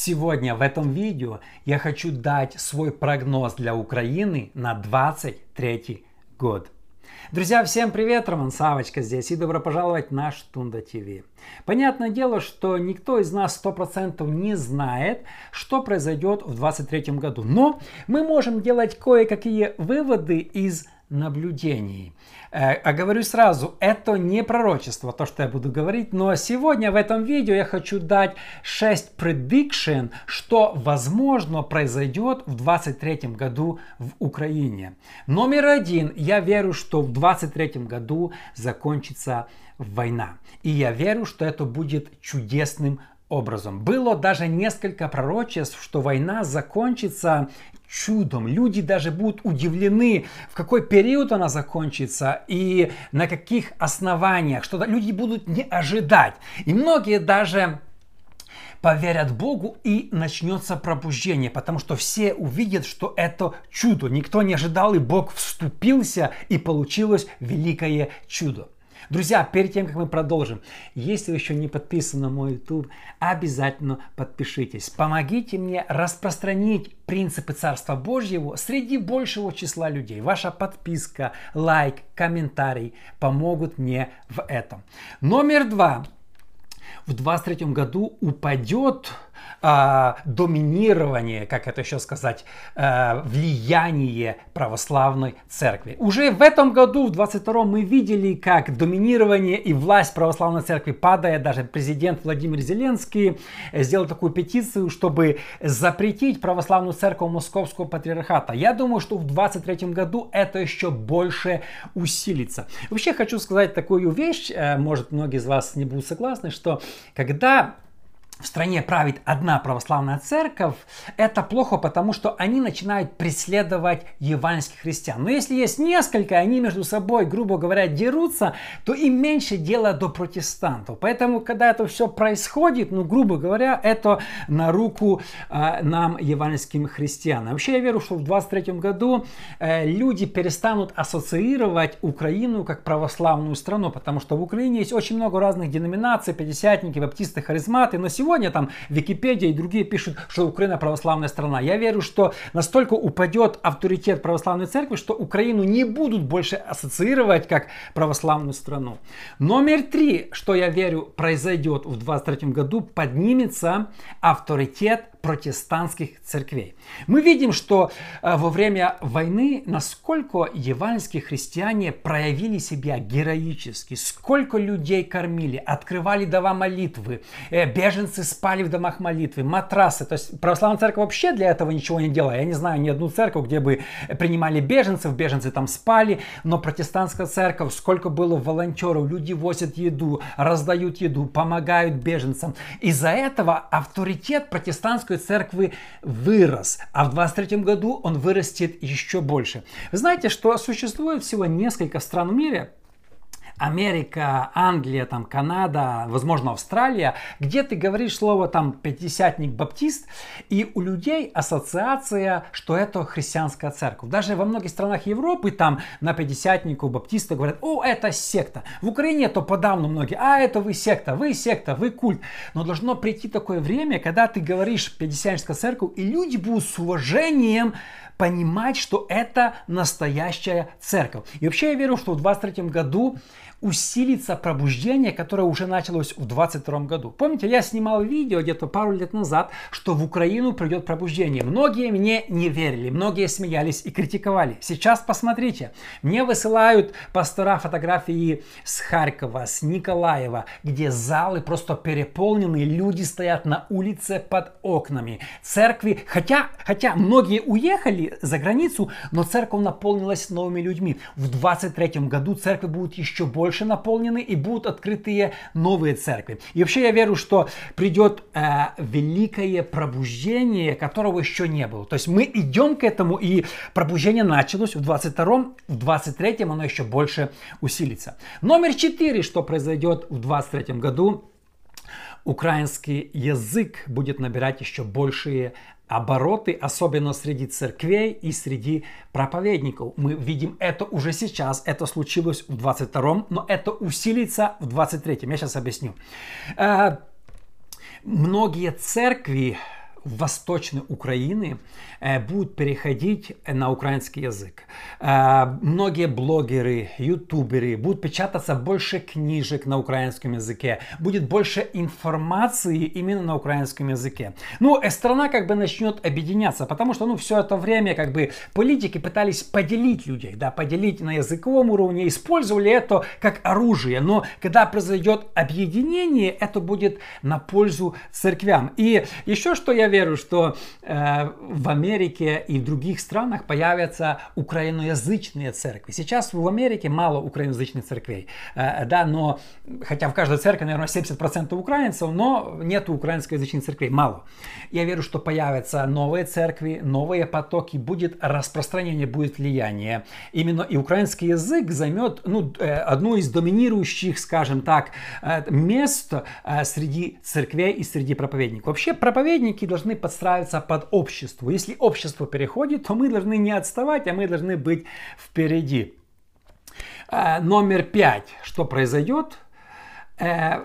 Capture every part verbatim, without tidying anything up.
Сегодня в этом видео я хочу дать свой прогноз для Украины на двадцать третий год. Друзья, всем привет! Роман Савочка здесь и добро пожаловать на Штунда ТВ. Понятное дело, что никто из нас сто процентов не знает, что произойдет в двадцать третьем году. Но мы можем делать кое-какие выводы из наблюдений. А говорю сразу, это не пророчество, то, что я буду говорить, но сегодня в этом видео я хочу дать шесть prediction, что возможно произойдет в двадцать третьем году в Украине. Номер один, я верю, что в двадцать третьем году закончится война. И я верю, что это будет чудесным образом. Было даже несколько пророчеств, что война закончится чудом. Люди даже будут удивлены, в какой период она закончится и на каких основаниях, что люди будут не ожидать. И многие даже поверят Богу, и начнется пробуждение, потому что все увидят, что это чудо. Никто не ожидал, и Бог вступился, и получилось великое чудо. Друзья, перед тем, как мы продолжим, если вы еще не подписаны на мой YouTube, обязательно подпишитесь. Помогите мне распространить принципы Царства Божьего среди большего числа людей. Ваша подписка, лайк, комментарий помогут мне в этом. Номер два. В двадцать третьем году упадет э, доминирование, как это еще сказать, э, влияние православной церкви. Уже в этом году, в двадцать втором, мы видели, как доминирование и власть православной церкви падает. Даже президент Владимир Зеленский сделал такую петицию, чтобы запретить православную церковь Московского патриархата. Я думаю, что в двадцать третьем году это еще больше усилится. Вообще хочу сказать такую вещь, э, может многие из вас не будут согласны, что когда в стране правит одна православная церковь, это плохо, потому что они начинают преследовать евангельских христиан. Но если есть несколько, они между собой, грубо говоря, дерутся, то им меньше дела до протестантов. Поэтому, когда это все происходит, ну, грубо говоря, это на руку э, нам, евангельским христианам. Вообще, я верю, что в двадцать третьем году э, люди перестанут ассоциировать Украину как православную страну, потому что в Украине есть очень много разных деноминаций, пятидесятники, баптисты, харизматы, но сегодня Сегодня там Википедия и другие пишут, что Украина православная страна. Я верю, что настолько упадет авторитет православной церкви, что Украину не будут больше ассоциировать как православную страну. Номер три, что я верю произойдет в двадцать третьем году, поднимется авторитет протестантских церквей. Мы видим, что э, во время войны, насколько евангельские христиане проявили себя героически, сколько людей кормили, открывали дома молитвы, э, беженцы спали в домах молитвы, матрасы. То есть православная церковь вообще для этого ничего не делала. Я не знаю ни одну церковь, где бы принимали беженцев, беженцы там спали, но протестантская церковь, сколько было волонтеров, люди возят еду, раздают еду, помогают беженцам. Из-за этого авторитет протестантской церкви вырос, а в двадцать третьем году он вырастет еще больше. Вы знаете, что существует всего несколько стран в мире, Америка, Англия, там, Канада, возможно, Австралия, где ты говоришь слово там пятидесятник, баптист, и у людей ассоциация, что это христианская церковь. Даже во многих странах Европы там на пятидесятнику, баптиста говорят: о, это секта. В Украине то подавно многие: а, это вы секта, вы секта, вы культ. Но должно прийти такое время, когда ты говоришь пятидесятническая церковь, и люди будут с уважением понимать, что это настоящая церковь. И вообще я верю, что в двадцать третьем году усилится пробуждение, которое уже началось в двадцать втором году. Помните, я снимал видео где-то пару лет назад, что в Украину придет пробуждение. Многие мне не верили, многие смеялись и критиковали. Сейчас посмотрите, мне высылают пастора фотографии с Харькова, с Николаева, где залы просто переполнены, люди стоят на улице под окнами. Церкви, хотя, хотя многие уехали за границу, но церковь наполнилась новыми людьми. В двадцать третьем году церкви будут еще больше наполнены и будут открытые новые церкви. И вообще я верю, что придет э, великое пробуждение, которого еще не было. То есть мы идем к этому, и пробуждение началось в двадцать втором, в двадцать третьем оно еще больше усилится. Номер четыре, что произойдет в двадцать третьем году. Украинский язык будет набирать еще большие обороты, особенно среди церквей и среди проповедников. Мы видим это уже сейчас, это случилось в двадцать втором, но это усилится в двадцать третьем. Я сейчас объясню. Многие церкви восточной Украины будут переходить на украинский язык. Многие блогеры, ютуберы будут печататься больше книжек на украинском языке, будет больше информации именно на украинском языке. Ну, страна как бы начнет объединяться, потому что, ну, все это время как бы политики пытались поделить людей, да, поделить на языковом уровне, использовали это как оружие, но когда произойдет объединение, это будет на пользу церквям. И еще что я верю, что э, в Америке и в других странах появятся украиноязычные церкви. Сейчас в Америке мало украиноязычных церквей, э, да, но хотя в каждой церкви, наверное, семьдесят процентов украинцев, но нет украинскоязычных церквей, мало. Я верю, что появятся новые церкви, новые потоки, будет распространение, будет влияние. Именно и украинский язык займет, ну, э, одну из доминирующих, скажем так, э, мест э, среди церквей и среди проповедников. Вообще проповедники должны подстраиваться под общество. Если общество переходит, то мы должны не отставать, а мы должны быть впереди. Э, номер пять. Что произойдет? Э,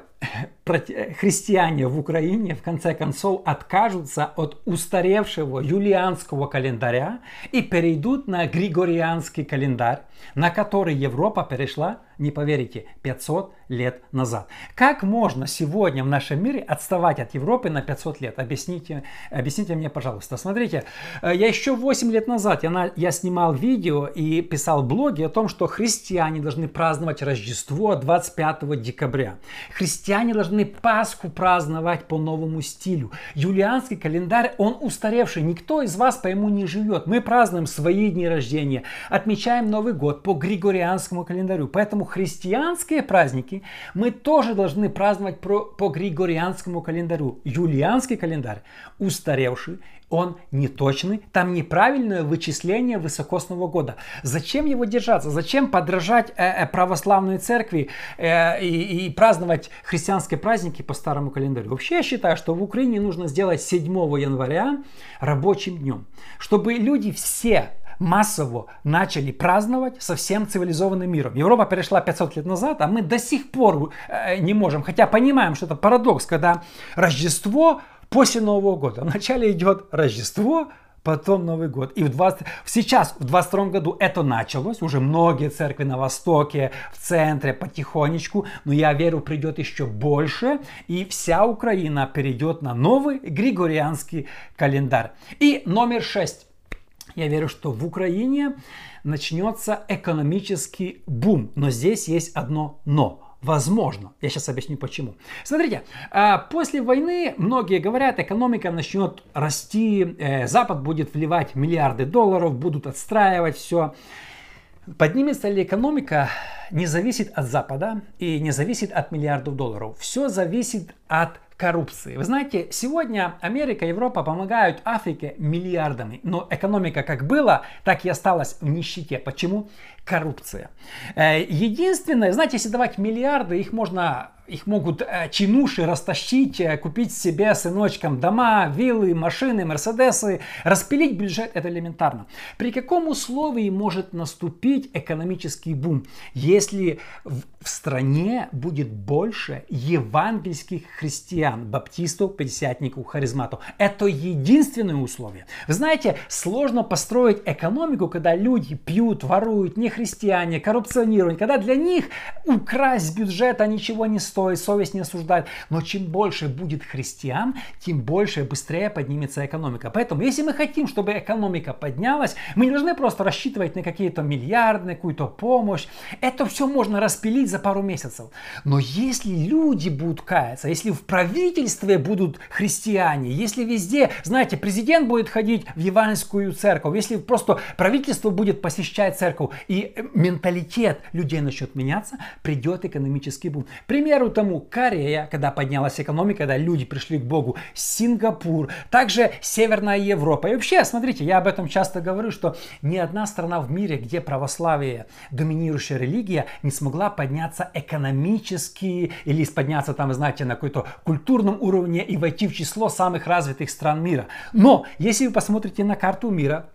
христиане в Украине в конце концов откажутся от устаревшего юлианского календаря и перейдут на григорианский календарь, на который Европа перешла, не поверите, пятьсот лет назад. Как можно сегодня в нашем мире отставать от Европы на пятьсот лет? Объясните, объясните мне, пожалуйста. Смотрите, я еще восемь лет назад я, на, я снимал видео и писал блоги о том, что христиане должны праздновать Рождество двадцать пятого декабря. Христиане должны Пасху праздновать по новому стилю. Юлианский календарь, он устаревший. Никто из вас по нему не живет. Мы празднуем свои дни рождения, отмечаем Новый год по григорианскому календарю. Поэтому христианские праздники мы тоже должны праздновать по, по григорианскому календарю. Юлианский календарь устаревший, он неточный, там неправильное вычисление высокосного года. Зачем его держаться? Зачем подражать э, православной церкви э, и, и праздновать христианские праздники по старому календарю? Вообще я считаю, что в Украине нужно сделать седьмого января рабочим днем, чтобы люди все массово начали праздновать со всем цивилизованным миром. Европа перешла пятьсот лет назад, а мы до сих пор э, не можем, хотя понимаем, что это парадокс, когда Рождество после Нового года. Вначале идет Рождество, потом Новый год. И в двадцать... сейчас, в двадцать втором году это началось. Уже многие церкви на Востоке, в центре потихонечку. Но я верю, придет еще больше. И вся Украина перейдет на новый григорианский календарь. И номер шесть. Я верю, что в Украине начнется экономический бум. Но здесь есть одно «но». Возможно. Я сейчас объясню почему. Смотрите, после войны многие говорят, экономика начнет расти, Запад будет вливать миллиарды долларов, будут отстраивать все. Поднимется ли экономика, не зависит от Запада и не зависит от миллиардов долларов. Все зависит от коррупции. Вы знаете, сегодня Америка, Европа помогают Африке миллиардами, но экономика как была, так и осталась в нищете. Почему? Коррупция. Единственное, знаете, если давать миллиарды, их можно, их могут чинуши растащить, купить себе сыночкам дома, виллы, машины, мерседесы, распилить бюджет, это элементарно. При каком условии может наступить экономический бум? Если в стране будет больше евангельских христиан, баптистов, пятидесятников, харизматов. Это единственное условие. Вы знаете, сложно построить экономику, когда люди пьют, воруют, не христиане, коррупционируют, когда для них украсть бюджета ничего не стоит, совесть не осуждает. Но чем больше будет христиан, тем больше и быстрее поднимется экономика. Поэтому, если мы хотим, чтобы экономика поднялась, мы не должны просто рассчитывать на какие-то миллиарды, на какую-то помощь. Это все можно распилить за пару месяцев. Но если люди будут каяться, если в правительстве будут христиане, если везде, знаете, президент будет ходить в евангельскую церковь, если просто правительство будет посещать церковь и менталитет людей начнет меняться, придет экономический бум. К примеру тому Корея, когда поднялась экономика, когда люди пришли к Богу, Сингапур, также Северная Европа. И вообще, смотрите, я об этом часто говорю, что ни одна страна в мире, где православие доминирующая религия, не смогла подняться экономически или подняться там, знаете, на какой-то культурном уровне и войти в число самых развитых стран мира. Но если вы посмотрите на карту мира,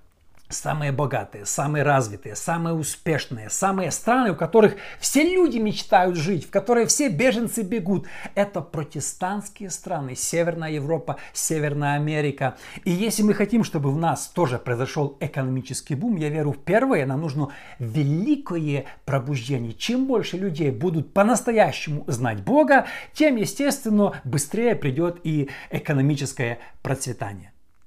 Самые богатые, самые развитые, самые успешные, самые страны, у которых все люди мечтают жить, в которые все беженцы бегут. Это протестантские страны, Северная Европа, Северная Америка. И если мы хотим, чтобы в нас тоже произошел экономический бум, я верю, первое, нам нужно великое пробуждение. Чем больше людей будут по-настоящему знать Бога, тем, естественно, быстрее придет и экономическое процветание.